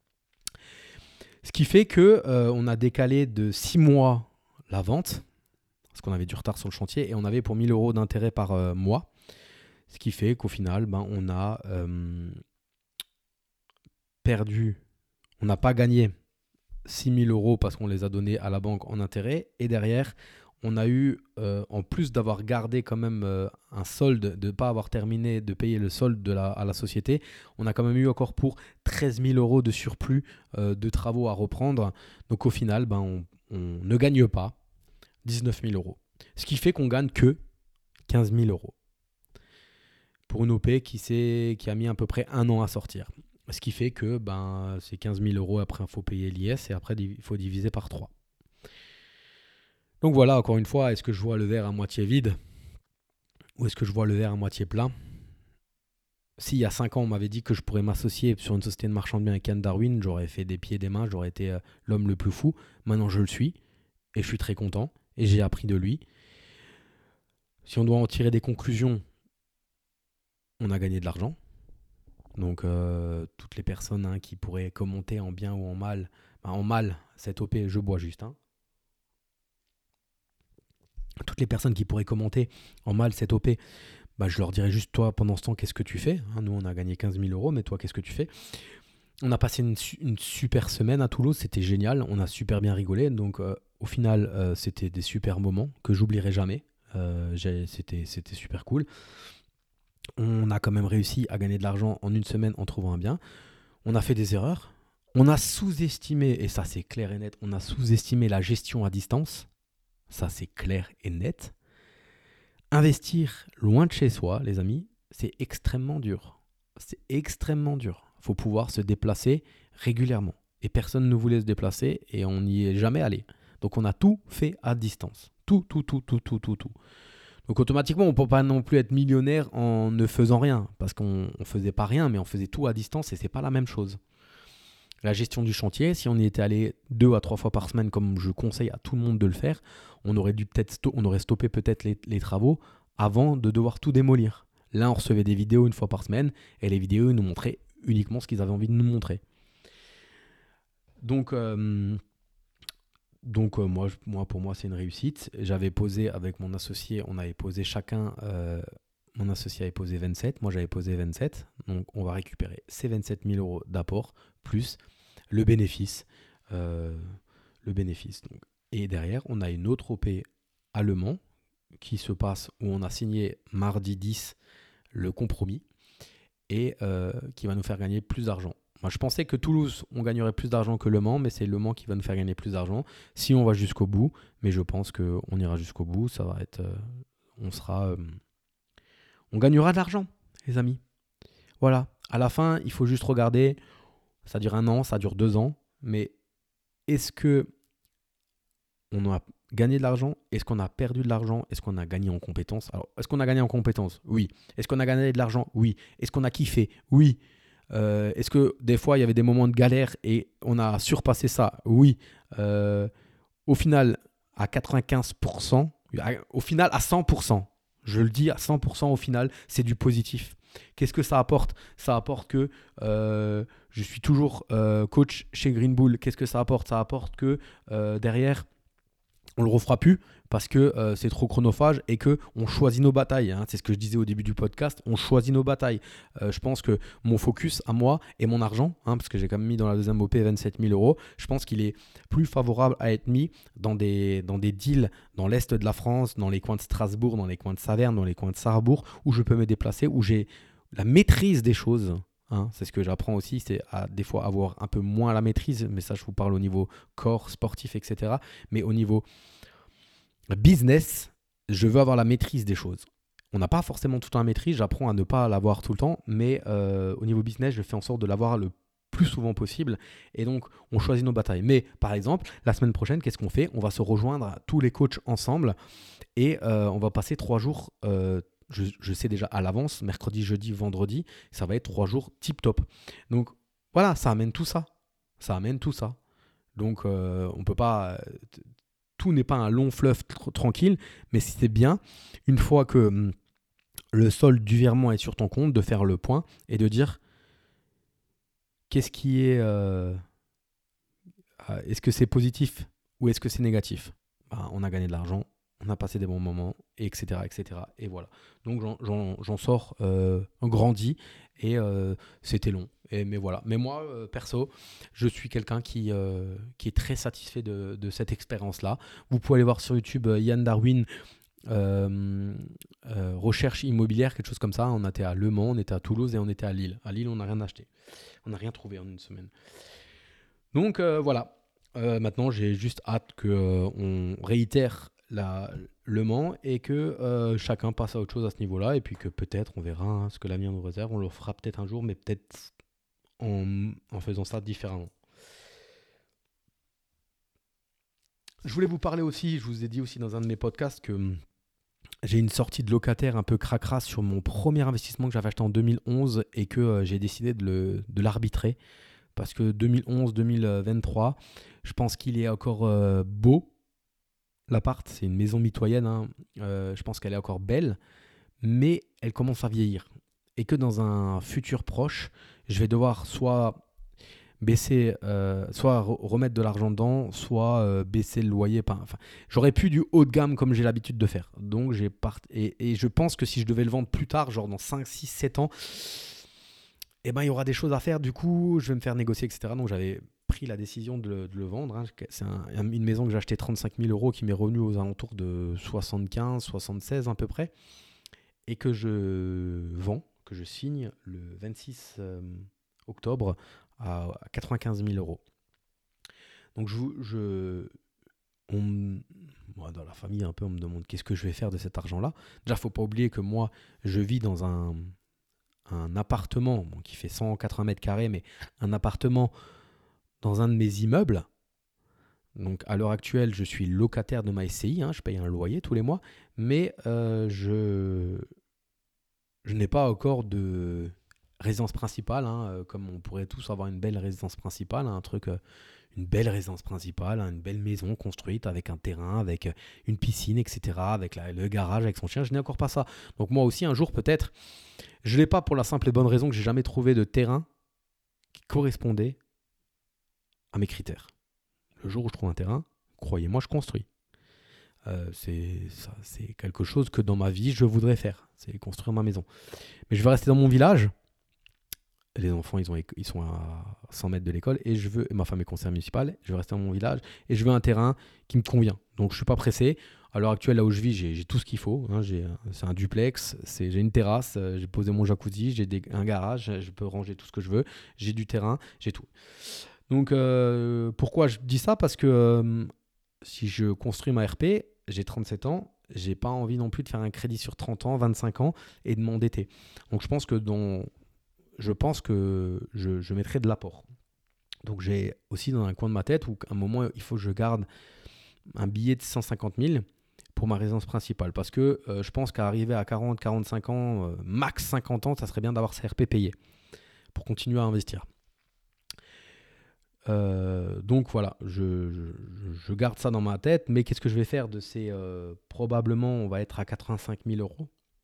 S1: Ce qui fait qu'on a décalé de 6 mois la vente, parce qu'on avait du retard sur le chantier, et on avait pour 1 000 € d'intérêt par mois. Ce qui fait qu'au final, on a perdu, on n'a pas gagné 6 000 € parce qu'on les a donnés à la banque en intérêt. Et derrière, on a eu, en plus d'avoir gardé quand même un solde, de ne pas avoir terminé de payer le solde à la société, on a quand même eu encore pour 13 000 € de surplus de travaux à reprendre. Donc au final, on ne gagne pas 19 000 €. Ce qui fait qu'on gagne que 15 000 € pour une OP qui a mis à peu près 1 an à sortir. Ce qui fait que c'est 15 000 €, après il faut payer l'IS et après il faut diviser par 3. Donc voilà, encore une fois, est-ce que je vois le verre à moitié vide ou est-ce que je vois le verre à moitié plein ? Si il y a 5 ans, on m'avait dit que je pourrais m'associer sur une société de marchand de biens avec Yann Darwin, j'aurais fait des pieds et des mains, j'aurais été l'homme le plus fou. Maintenant, je le suis et je suis très content et j'ai appris de lui. Si on doit en tirer des conclusions, on a gagné de l'argent. Donc, toutes les personnes qui pourraient commenter en bien ou en mal, cette OP, je bois juste. Toutes les personnes qui pourraient commenter en mal cette OP, je leur dirais juste, toi, pendant ce temps, qu'est-ce que tu fais ? Nous, on a gagné 15 000 €, mais toi, qu'est-ce que tu fais ? On a passé une super semaine à Toulouse, c'était génial, on a super bien rigolé. Donc, au final, c'était des super moments que j'oublierai jamais. C'était super cool. On a quand même réussi à gagner de l'argent en une semaine en trouvant un bien. On a fait des erreurs. On a sous-estimé, et ça c'est clair et net, on a sous-estimé la gestion à distance. Ça c'est clair et net. Investir loin de chez soi, les amis, c'est extrêmement dur. C'est extrêmement dur. Il faut pouvoir se déplacer régulièrement. Et personne ne voulait se déplacer et on n'y est jamais allé. Donc on a tout fait à distance. Tout. Donc automatiquement, on ne peut pas non plus être millionnaire en ne faisant rien. Parce qu'on ne faisait pas rien, mais on faisait tout à distance et ce n'est pas la même chose. La gestion du chantier, si on y était allé 2 à 3 fois par semaine, comme je conseille à tout le monde de le faire, on aurait stoppé peut-être les travaux avant de devoir tout démolir. Là, on recevait des vidéos 1 fois par semaine et les vidéos, ils nous montraient uniquement ce qu'ils avaient envie de nous montrer. Donc moi, pour moi, c'est une réussite. J'avais posé avec mon associé, on avait posé chacun mon associé avait posé 27, moi j'avais posé 27. Donc on va récupérer ces 27 000 euros d'apport plus le bénéfice. Donc. Et derrière, on a une autre OP à Le Mans qui se passe où on a signé mardi 10 le compromis et qui va nous faire gagner plus d'argent. Moi, je pensais que Toulouse, on gagnerait plus d'argent que Le Mans, mais c'est Le Mans qui va nous faire gagner plus d'argent si on va jusqu'au bout. Mais je pense qu'on ira jusqu'au bout. Ça va être, on gagnera de l'argent, les amis. Voilà. À la fin, il faut juste regarder. Ça dure 1 an, ça dure 2 ans. Mais est-ce que on a gagné de l'argent? Est-ce qu'on a perdu de l'argent? Est-ce qu'on a gagné en compétences? Alors, est-ce qu'on a gagné en compétences? Oui. Est-ce qu'on a gagné de l'argent? Oui. Est-ce qu'on a kiffé? Oui. Est-ce que des fois, il y avait des moments de galère et on a surpassé ça? Oui. Au final, à 95%, au final, à 100%, je le dis à 100% au final, c'est du positif. Qu'est-ce que ça apporte? Ça apporte que je suis toujours coach chez Green Bull. Qu'est-ce que ça apporte? Ça apporte que derrière, on le refera plus parce que c'est trop chronophage et que on choisit nos batailles. Hein. C'est ce que je disais au début du podcast. On choisit nos batailles. Je pense que mon focus à moi et mon argent, parce que j'ai quand même mis dans la deuxième OP 27 000 euros, je pense qu'il est plus favorable à être mis dans des deals dans l'est de la France, dans les coins de Strasbourg, dans les coins de Saverne, dans les coins de Sarrebourg, où je peux me déplacer, où j'ai la maîtrise des choses. C'est ce que j'apprends aussi, c'est à des fois avoir un peu moins la maîtrise, mais ça je vous parle au niveau corps, sportif, etc. Mais au niveau business, je veux avoir la maîtrise des choses. On n'a pas forcément tout le temps la maîtrise, j'apprends à ne pas l'avoir tout le temps, mais au niveau business, je fais en sorte de l'avoir le plus souvent possible. Et donc, on choisit nos batailles. Mais par exemple, la semaine prochaine, qu'est-ce qu'on fait? On va se rejoindre tous les coachs ensemble et on va passer 3 jours. Je sais déjà à l'avance, mercredi, jeudi, vendredi, ça va être 3 jours tip top. Donc voilà, ça amène tout ça. Donc on peut pas. Tout n'est pas un long fleuve tranquille, mais si c'est bien, une fois que le solde du virement est sur ton compte, de faire le point et de dire qu'est-ce qui est. Est-ce que c'est positif ou est-ce que c'est négatif? On a gagné de l'argent, on a passé des bons moments, etc. etc. Et voilà. Donc j'en sors grandi et c'était long. Mais voilà. Mais moi, perso, je suis quelqu'un qui est très satisfait de cette expérience-là. Vous pouvez aller voir sur YouTube Yann Darwin, recherche immobilière, quelque chose comme ça. On était à Le Mans, on était à Toulouse et on était à Lille. À Lille, on n'a rien acheté. On n'a rien trouvé en une semaine. Donc voilà. Maintenant, j'ai juste hâte qu'on réitère Le Mans et que chacun passe à autre chose à ce niveau-là. Et puis que peut-être, on verra ce que l'avenir nous réserve. On le fera peut-être un jour, mais peut-être en faisant ça différemment. Je voulais vous parler aussi, je vous ai dit aussi dans un de mes podcasts que j'ai une sortie de locataire un peu cracra sur mon premier investissement que j'avais acheté en 2011 et que j'ai décidé de l'arbitrer. Parce que 2011-2023, je pense qu'il est encore beau. L'appart, c'est une maison mitoyenne. Je pense qu'elle est encore belle, mais elle commence à vieillir. Et que dans un futur proche, je vais devoir soit baisser, soit remettre de l'argent dedans, soit baisser le loyer. Enfin, j'aurais pu du haut de gamme comme j'ai l'habitude de faire. Donc, et je pense que si je devais le vendre plus tard, genre dans 5, 6, 7 ans, il y aura des choses à faire. Du coup, je vais me faire négocier, etc. Donc, j'avais pris la décision de le vendre. C'est une maison que j'ai achetée 35 000 euros qui m'est revenue aux alentours de 75, 76 à peu près. Et que je vends, que je signe le 26 octobre à 95 000 euros. Donc, moi, dans la famille, un peu, on me demande qu'est-ce que je vais faire de cet argent-là. Déjà, il ne faut pas oublier que moi, je vis dans un appartement qui fait 180 mètres carrés, mais un appartement dans un de mes immeubles. Donc, à l'heure actuelle, je suis locataire de ma SCI. Je paye un loyer tous les mois, mais je n'ai pas encore de résidence principale, comme on pourrait tous avoir une belle résidence principale, une belle résidence principale, une belle maison construite avec un terrain, avec une piscine, etc., avec le garage, avec son chien. Je n'ai encore pas ça. Donc moi aussi, un jour, peut-être, je ne l'ai pas pour la simple et bonne raison que j'ai jamais trouvé de terrain qui correspondait à mes critères. Le jour où je trouve un terrain, croyez-moi, je construis. C'est quelque chose que dans ma vie, je voudrais faire. C'est construire ma maison. Mais je veux rester dans mon village. Les enfants, ils sont à 100 mètres de l'école et ma femme est conseillère municipale. Je veux rester dans mon village et je veux un terrain qui me convient. Donc, je ne suis pas pressé. À l'heure actuelle, là où je vis, j'ai tout ce qu'il faut. Hein. C'est un duplex, j'ai une terrasse, j'ai posé mon jacuzzi, un garage, je peux ranger tout ce que je veux. J'ai du terrain, j'ai tout. Donc, pourquoi je dis ça? Parce que si je construis ma RP, j'ai 37 ans, j'ai pas envie non plus de faire un crédit sur 30 ans, 25 ans et de m'endetter. Donc, je pense que je mettrai de l'apport. Donc, j'ai aussi dans un coin de ma tête où à un moment, il faut que je garde un billet de 150 000 pour ma résidence principale. Parce que je pense qu'à arriver à 40, 45 ans, max 50 ans, ça serait bien d'avoir sa RP payée pour continuer à investir. Donc voilà, je garde ça dans ma tête, mais qu'est-ce que je vais faire de ces... probablement, on va être à 85 000 euros.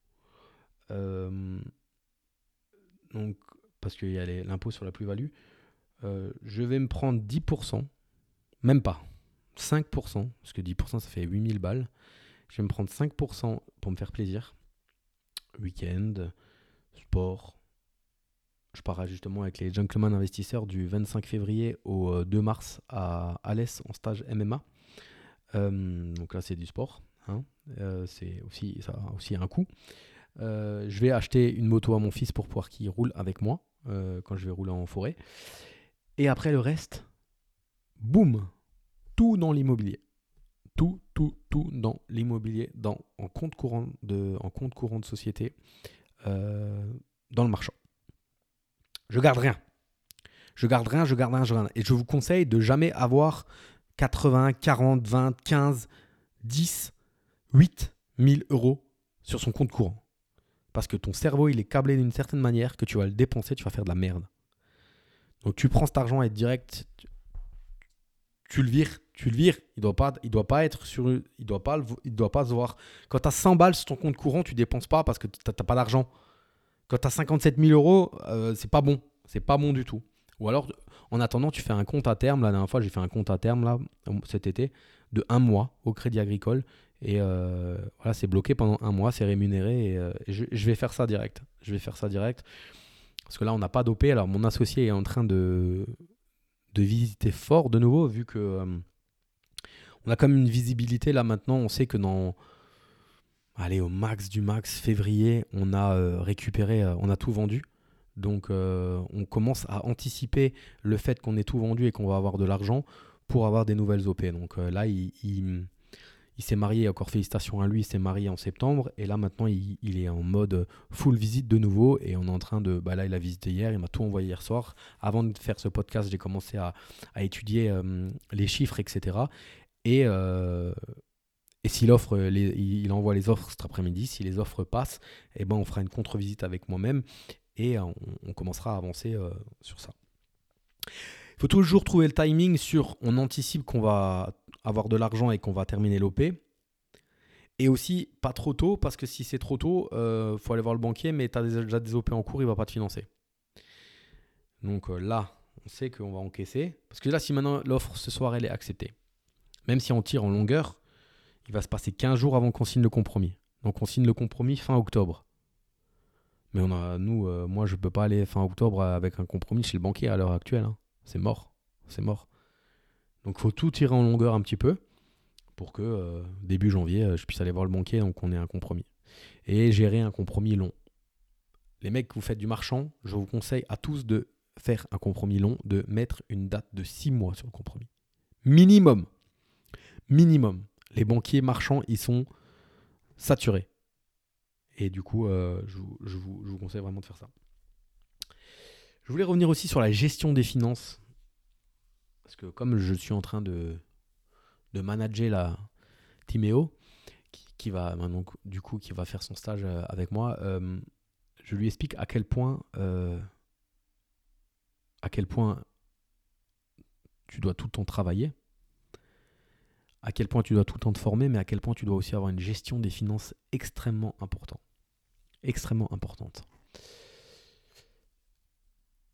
S1: Donc, parce qu'il y a l'impôt sur la plus-value. Je vais me prendre 10%, même pas, 5%, parce que 10% ça fait 8 000 balles. Je vais me prendre 5% pour me faire plaisir. Week-end, sport. Je pars justement avec les Gentlemen Investisseurs du 25 février au 2 mars à Alès en stage MMA. Donc là, c'est du sport. Hein. Ça a aussi un coût. Je vais acheter une moto à mon fils pour pouvoir qu'il roule avec moi quand je vais rouler en forêt. Et après le reste, boum, tout dans l'immobilier. Tout dans l'immobilier, en compte courant de société, dans le marchand. Je garde rien. Et je vous conseille de jamais avoir 80, 40, 20, 15, 10, 8 000 euros sur son compte courant. Parce que ton cerveau, il est câblé d'une certaine manière que tu vas le dépenser, tu vas faire de la merde. Donc tu prends cet argent et direct, tu le vires. Il doit pas être sur, il doit pas se voir. Quand tu as 100 balles sur ton compte courant, tu dépenses pas parce que tu n'as pas d'argent. Quand tu as 57 000 euros, c'est pas bon. C'est pas bon du tout. Ou alors, en attendant, tu fais un compte à terme. La dernière fois, j'ai fait un compte à terme là, cet été de 1 mois au Crédit Agricole. Et voilà, c'est bloqué pendant 1 mois, c'est rémunéré. Et je vais faire ça direct. Parce que là, on n'a pas d'OP. Alors, mon associé est en train de visiter fort de nouveau, vu que on a quand même une visibilité. Là, maintenant, on sait que au max du max, février, on a récupéré, on a tout vendu. Donc, on commence à anticiper le fait qu'on ait tout vendu et qu'on va avoir de l'argent pour avoir des nouvelles OP. Donc là, il s'est marié, encore félicitations à lui, il s'est marié en septembre. Et là, maintenant, il est en mode full visite de nouveau. Et on est en train de... là, il a visité hier, il m'a tout envoyé hier soir. Avant de faire ce podcast, j'ai commencé à étudier les chiffres, etc. Et s'il il envoie les offres cet après-midi, si les offres passent, on fera une contre-visite avec moi-même. Et on commencera à avancer sur ça. Il faut toujours trouver le timing on anticipe qu'on va avoir de l'argent et qu'on va terminer l'OP. Et aussi, pas trop tôt, parce que si c'est trop tôt, faut aller voir le banquier, mais tu as déjà des OP en cours, il ne va pas te financer. Donc là, on sait qu'on va encaisser. Parce que là, si maintenant l'offre ce soir, elle est acceptée, même si on tire en longueur, il va se passer 15 jours avant qu'on signe le compromis. Donc on signe le compromis fin octobre. Mais moi, je ne peux pas aller fin octobre avec un compromis chez le banquier à l'heure actuelle. Hein. C'est mort. Donc, il faut tout tirer en longueur un petit peu pour que début janvier, je puisse aller voir le banquier, donc on ait un compromis. Et gérer un compromis long. Les mecs, vous faites du marchand, je vous conseille à tous de faire un compromis long, de mettre une date de 6 mois sur le compromis. Minimum. Les banquiers marchands, ils sont saturés. Et du coup, je vous conseille vraiment de faire ça. Je voulais revenir aussi sur la gestion des finances. Parce que comme je suis en train de manager la Timéo, qui va faire son stage avec moi, je lui explique à quel point tu dois tout le temps travailler, à quel point tu dois tout le temps te former, mais à quel point tu dois aussi avoir une gestion des finances extrêmement importante.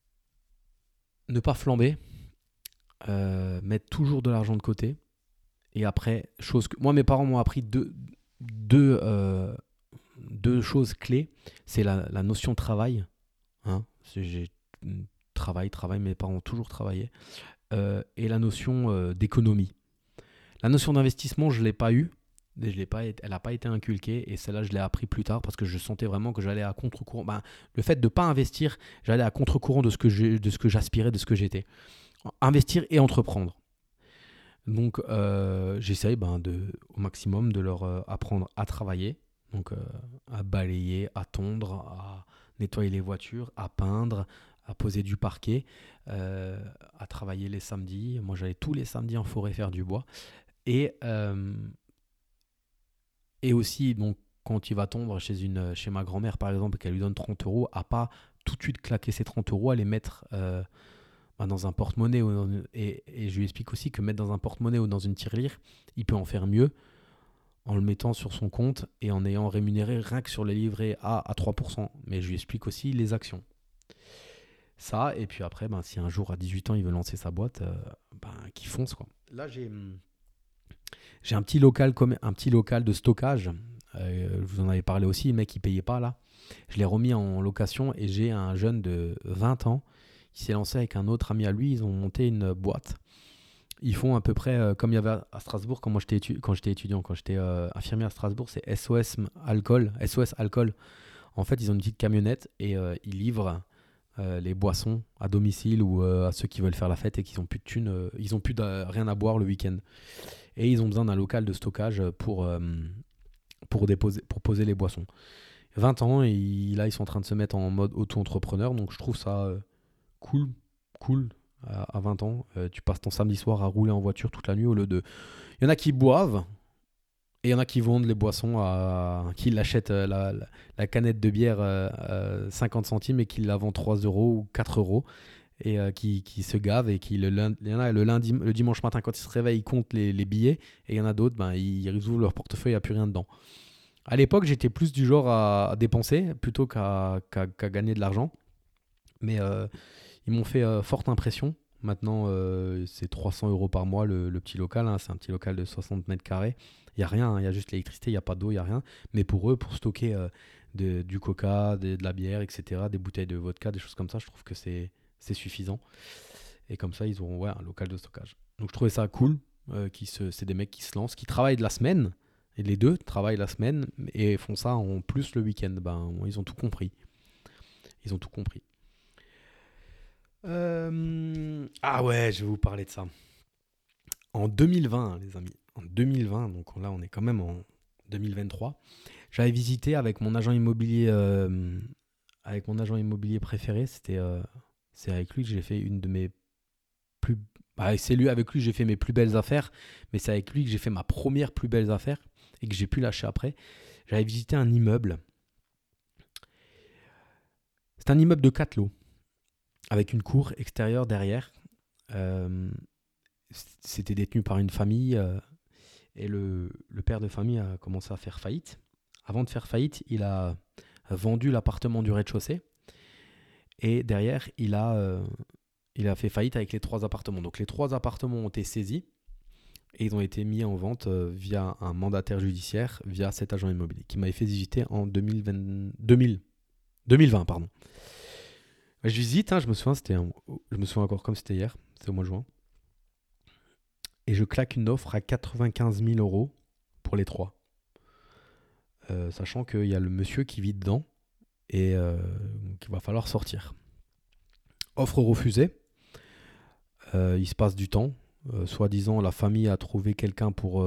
S1: Ne pas flamber, mettre toujours de l'argent de côté Et après, chose que moi, mes parents m'ont appris deux, euh, deux choses clés. C'est la notion de travail. Hein. J'ai travail, mes parents ont toujours travaillé. Et la notion d'économie. La notion d'investissement, je ne l'ai pas eue. Elle n'a pas été inculquée. Et celle-là, je l'ai appris plus tard parce que je sentais vraiment que j'allais à contre-courant. Le fait de ne pas investir, j'allais à contre-courant de ce que j'aspirais, de ce que j'étais. Investir et entreprendre. Donc, j'essaye au maximum de leur apprendre à travailler, donc à balayer, à tondre, à nettoyer les voitures, à peindre, à poser du parquet, à travailler les samedis. Moi, j'allais tous les samedis en forêt faire du bois. Et, euh, et aussi, donc, quand il va tondre chez ma grand-mère, par exemple, et qu'elle lui donne 30 euros, à pas tout de suite claquer ces 30 euros, à les mettre dans un porte-monnaie. Et je lui explique aussi que mettre dans un porte-monnaie ou dans une tirelire, il peut en faire mieux en le mettant sur son compte et en ayant rémunéré rien que sur les livrets A à 3%. Mais je lui explique aussi les actions. Ça, et puis après, si un jour à 18 ans il veut lancer sa boîte, qu'il fonce quoi. Là, j'ai un petit local de stockage. Je vous en avais parlé aussi, le mec il payait pas là. Je l'ai remis en location et j'ai un jeune de 20 ans qui s'est lancé avec un autre ami à lui. Ils ont monté une boîte. Ils font à peu près comme il y avait à Strasbourg quand j'étais étudiant, quand j'étais infirmier à Strasbourg, c'est SOS Alcool. En fait, ils ont une petite camionnette et ils livrent les boissons à domicile ou à ceux qui veulent faire la fête et qui n'ont plus de thunes, ils n'ont plus rien à boire le week-end. Et ils ont besoin d'un local de stockage pour poser les boissons. 20 ans et là, ils sont en train de se mettre en mode auto-entrepreneur, donc je trouve ça cool. À 20 ans, tu passes ton samedi soir à rouler en voiture toute la nuit au lieu de... Il y en a qui boivent et il y en a qui vendent les boissons, qui l'achètent la canette de bière 50 centimes et qui la vendent 3 euros ou 4 euros et qui se gavent et il y en a le dimanche matin quand ils se réveillent, ils comptent les billets et il y en a d'autres, ils ouvrent leur portefeuille, il n'y a plus rien dedans. À l'époque, j'étais plus du genre à dépenser plutôt qu'à gagner de l'argent. Mais ils m'ont fait forte impression. Maintenant, c'est 300 euros par mois le petit local. Hein. C'est un petit local de 60 mètres carrés. Il n'y a rien, il y a juste l'électricité, il n'y a pas d'eau, il n'y a rien. Mais pour eux, pour stocker du coca, de la bière, etc., des bouteilles de vodka, des choses comme ça, je trouve que c'est suffisant. Et comme ça, ils auront un local de stockage. Donc je trouvais ça cool. C'est des mecs qui se lancent, qui travaillent de la semaine. Et les deux travaillent la semaine et font ça en plus le week-end. Ils ont tout compris. Ah ouais, je vais vous parler de ça. En 2020, les amis. En 2020, donc là on est quand même en 2023. J'avais visité avec mon agent immobilier, préféré. C'est avec lui que j'ai fait une de mes plus... c'est lui avec lui que j'ai fait mes plus belles affaires. Mais c'est avec lui que j'ai fait ma première plus belle affaire et que j'ai pu lâcher après. J'avais visité un immeuble. C'est un immeuble de 4 lots avec une cour extérieure derrière. C'était détenu par une famille et le père de famille a commencé à faire faillite. Avant de faire faillite, il a vendu l'appartement du rez-de-chaussée et derrière, il a fait faillite avec les 3 appartements. Donc les 3 appartements ont été saisis et ils ont été mis en vente via un mandataire judiciaire, via cet agent immobilier qui m'avait fait visiter en 2020. Pardon. Je visite, je me souviens encore comme c'était hier, c'était au mois de juin. Et je claque une offre à 95 000 euros pour les 3. Sachant qu'il y a le monsieur qui vit dedans et qu'il va falloir sortir. Offre refusée. Il se passe du temps. Soi-disant, la famille a trouvé quelqu'un pour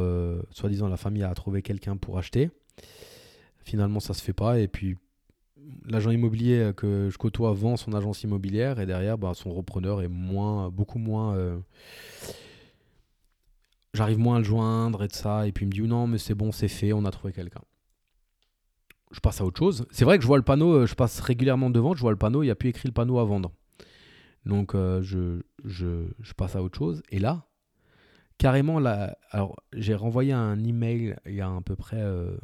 S1: acheter. Finalement, ça se fait pas. Et puis, l'agent immobilier que je côtoie vend son agence immobilière et derrière, son repreneur est beaucoup moins... J'arrive moins à le joindre et de ça. Et puis il me dit non, mais c'est bon, c'est fait, on a trouvé quelqu'un. Je passe à autre chose. C'est vrai que je vois le panneau, je passe régulièrement devant, je vois le panneau, il n'y a plus écrit le panneau à vendre. Donc je passe à autre chose. Et là, carrément, alors j'ai renvoyé un email il y a à peu près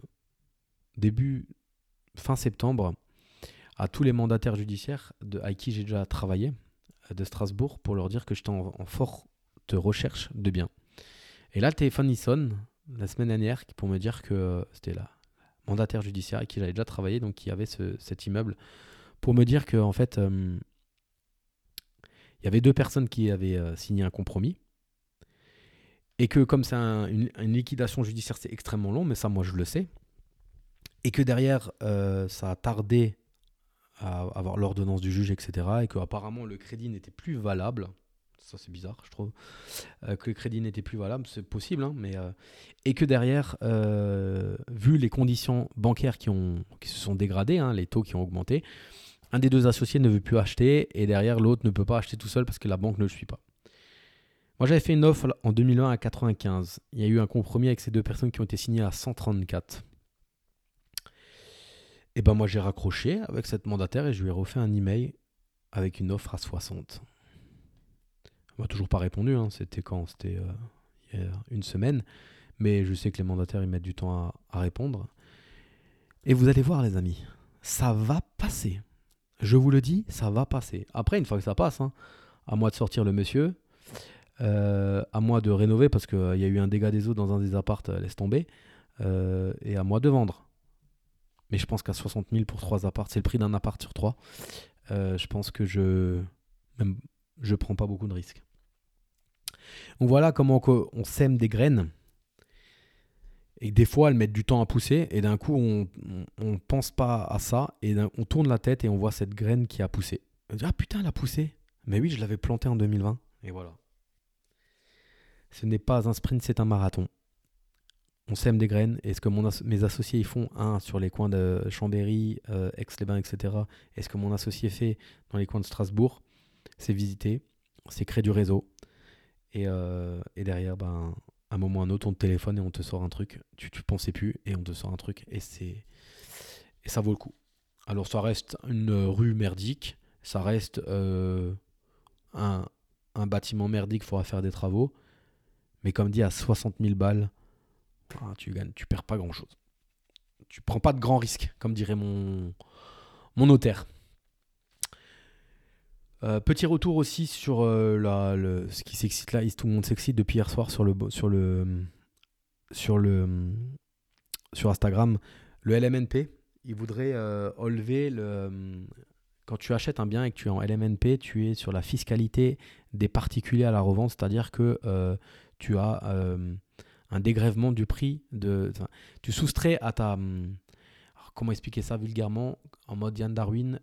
S1: fin septembre à tous les mandataires judiciaires avec qui j'ai déjà travaillé de Strasbourg pour leur dire que j'étais en forte recherche de biens. Et là, le téléphone, il sonne la semaine dernière pour me dire que c'était la mandataire judiciaire avec qui j'avais déjà travaillé, donc qui avait cet immeuble, pour me dire qu'en fait, il y avait 2 personnes qui avaient signé un compromis. Et que comme c'est une liquidation judiciaire, c'est extrêmement long, mais ça, moi, je le sais. Et que derrière, ça a tardé à avoir l'ordonnance du juge, etc. Et qu'apparemment, le crédit n'était plus valable. Ça, c'est bizarre, je trouve. Que le crédit n'était plus valable, c'est possible, hein, mais... et que derrière, vu les conditions bancaires qui se sont dégradées, hein, les taux qui ont augmenté, un des 2 associés ne veut plus acheter, et derrière, l'autre ne peut pas acheter tout seul parce que la banque ne le suit pas. Moi, j'avais fait une offre en 2020 à 95. Il y a eu un compromis avec ces 2 personnes qui ont été signées à 134. Et ben moi, j'ai raccroché avec cette mandataire et je lui ai refait un email avec une offre à 60. Elle m'a toujours pas répondu. Hein. C'était quand ? C'était il y a une semaine. Mais je sais que les mandataires, ils mettent du temps à répondre. Et vous allez voir, les amis, ça va passer. Je vous le dis, ça va passer. Après, une fois que ça passe, hein, à moi de sortir le monsieur... à moi de rénover parce qu'il y a eu un dégât des eaux dans un des appartes, laisse tomber, et à moi de vendre. Mais je pense qu'à 60 000 pour 3 appartes, c'est le prix d'un appart sur 3. Je pense que je prends pas beaucoup de risques. Donc voilà comment on sème des graines. Et des fois, elles mettent du temps à pousser. Et d'un coup, on pense pas à ça. Et on tourne la tête et on voit cette graine qui a poussé. On dit, ah putain, elle a poussé. Mais oui, je l'avais plantée en 2020. Et voilà. Ce n'est pas un sprint, c'est un marathon. On sème des graines. Et ce que mes associés ils font, sur les coins de Chambéry, Aix-les-Bains, etc. Et ce que mon associé fait dans les coins de Strasbourg, c'est visiter, c'est créer du réseau. Et derrière, à un moment ou à un autre, on te téléphone et on te sort un truc. Tu pensais plus et on te sort un truc. Et ça vaut le coup. Alors ça reste une rue merdique. Ça reste un bâtiment merdique, il faudra faire des travaux. Mais comme dit, à 60 000 balles, tu perds pas grand chose. Tu prends pas de grands risques, comme dirait mon notaire. Petit retour aussi sur ce qui s'excite là. Tout le monde s'excite depuis hier soir sur Instagram. Le LMNP, il voudrait enlever quand tu achètes un bien et que tu es en LMNP, tu es sur la fiscalité des particuliers à la revente, c'est-à-dire que tu as un dégrèvement du prix tu soustrais à ta... comment expliquer ça vulgairement en mode Yann Darwin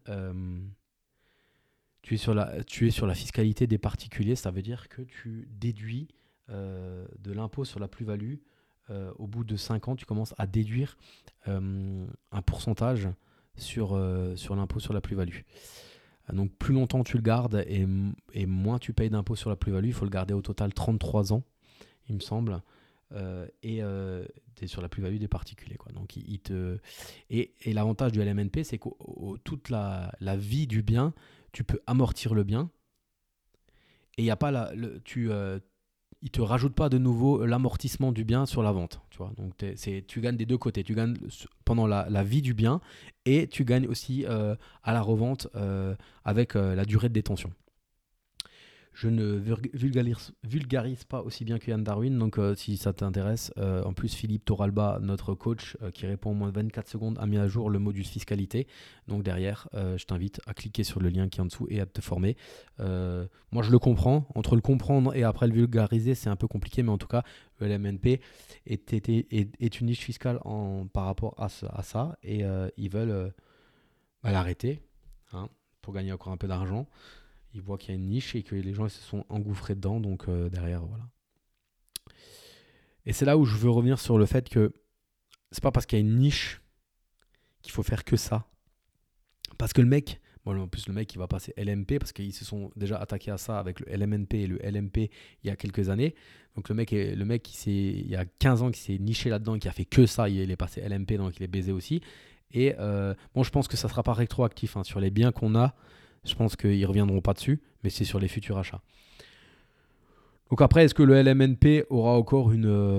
S1: tu es sur la fiscalité des particuliers, ça veut dire que tu déduis de l'impôt sur la plus-value. Au bout de 5 ans, tu commences à déduire un pourcentage sur l'impôt sur la plus-value. Donc plus longtemps tu le gardes et moins tu payes d'impôt sur la plus-value. Il faut le garder au total 33 ans, il me semble. Et tu es sur la plus-value des particuliers. Quoi. Donc, et l'avantage du LMNP, c'est que toute la vie du bien, tu peux amortir le bien. Et y a pas il ne te rajoute pas de nouveau l'amortissement du bien sur la vente. Tu vois. Donc, tu gagnes des deux côtés. Tu gagnes pendant la vie du bien et tu gagnes aussi à la revente avec la durée de détention. Je ne vulgarise pas aussi bien que Yann Darwin, donc si ça t'intéresse, en plus Philippe Toralba, notre coach, qui répond en moins de 24 secondes, a mis à jour le module fiscalité. Donc derrière, je t'invite à cliquer sur le lien qui est en dessous et à te former. Moi je le comprends, entre le comprendre et après le vulgariser, c'est un peu compliqué, mais en tout cas, le LMNP est une niche fiscale par rapport à ça, et ils veulent l'arrêter pour gagner encore un peu d'argent. Ils voient qu'il y a une niche et que les gens se sont engouffrés dedans, donc derrière, voilà. Et c'est là où je veux revenir sur le fait que c'est pas parce qu'il y a une niche qu'il faut faire que ça. Parce que le mec, en plus le mec il va passer LMP parce qu'ils se sont déjà attaqués à ça avec le LMNP et le LMP il y a quelques années. Donc le mec il y a 15 ans qui s'est niché là-dedans et qui a fait que ça, il est passé LMP, donc il est baisé aussi. Et je pense que ça sera pas rétroactif sur les biens qu'on a. Je pense qu'ils ne reviendront pas dessus, mais c'est sur les futurs achats. Donc après, est-ce que le LMNP aura encore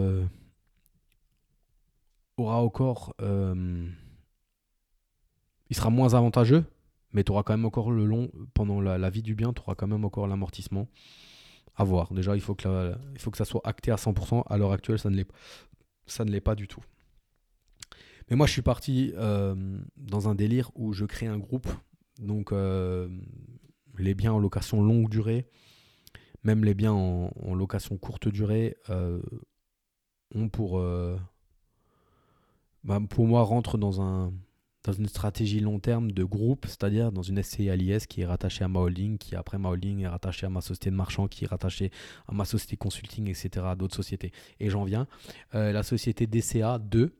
S1: il sera moins avantageux, mais tu auras quand même encore pendant la vie du bien, tu auras quand même encore l'amortissement À voir. Déjà, il faut que ça soit acté à 100%. À l'heure actuelle, ça ne l'est pas du tout. Mais moi, je suis parti dans un délire où je crée un groupe. Donc, les biens en location longue durée, même les biens en location courte durée, ont pour moi, rentrent dans une stratégie long terme de groupe, c'est-à-dire dans une SCI à l'IS qui est rattachée à ma holding, qui après ma holding est rattachée à ma société de marchand, qui est rattachée à ma société consulting, etc., à d'autres sociétés. Et j'en viens. La société DCA 2,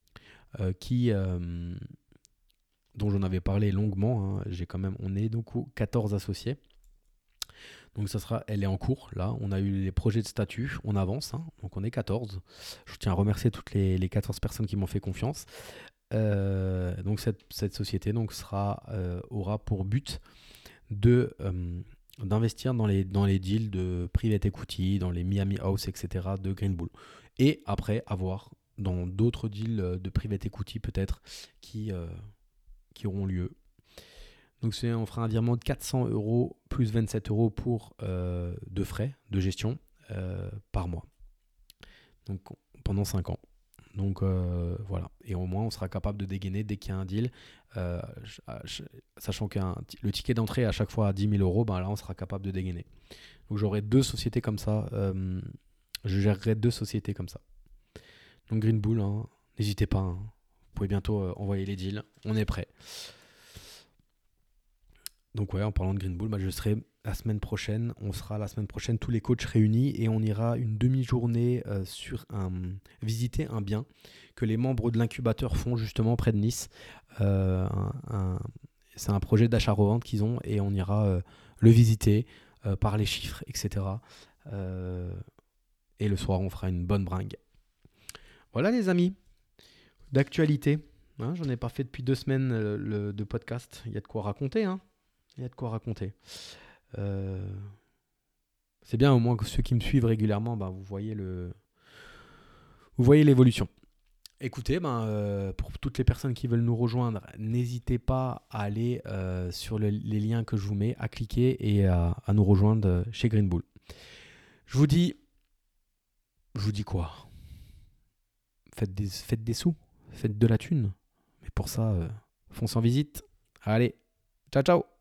S1: dont j'en avais parlé longuement, hein, on est donc 14 associés. Donc elle est en cours, là. On a eu les projets de statut, on avance, hein, donc on est 14. Je tiens à remercier toutes les 14 personnes qui m'ont fait confiance. Donc cette société aura pour but d'investir dans les deals de private equity, dans les Miami House, etc. de Green Bull. Et après, avoir dans d'autres deals de private equity peut-être qui auront lieu. Donc on fera un virement de 400 € plus 27 € de frais de gestion par mois. Donc pendant 5 ans. Donc voilà. Et au moins on sera capable de dégainer dès qu'il y a un deal. Sachant que le ticket d'entrée à chaque fois à 10 000 €, là on sera capable de dégainer. Donc j'aurai 2 sociétés comme ça. Je gérerai 2 sociétés comme ça. Donc Green Bull, hein, n'hésitez pas. Hein. Vous pouvez bientôt envoyer les deals. On est prêt. Donc ouais, en parlant de Green Bull, je serai la semaine prochaine. On sera la semaine prochaine tous les coachs réunis et on ira une demi-journée visiter un bien que les membres de l'incubateur font justement près de Nice. C'est un projet d'achat-revente qu'ils ont et on ira le visiter, par les chiffres, etc. Et le soir, on fera une bonne bringue. Voilà les amis, d'actualité. Hein, j'en ai pas fait depuis 2 semaines de podcast. Il y a de quoi raconter, hein. Il y a de quoi raconter. C'est bien au moins que ceux qui me suivent régulièrement, vous voyez l'évolution. Écoutez, pour toutes les personnes qui veulent nous rejoindre, n'hésitez pas à aller sur les liens que je vous mets, à cliquer et à nous rejoindre chez Green Bull. Je vous dis quoi ? Faites des sous, faites de la thune. Mais pour ça, foncez en visite. Allez, ciao ciao.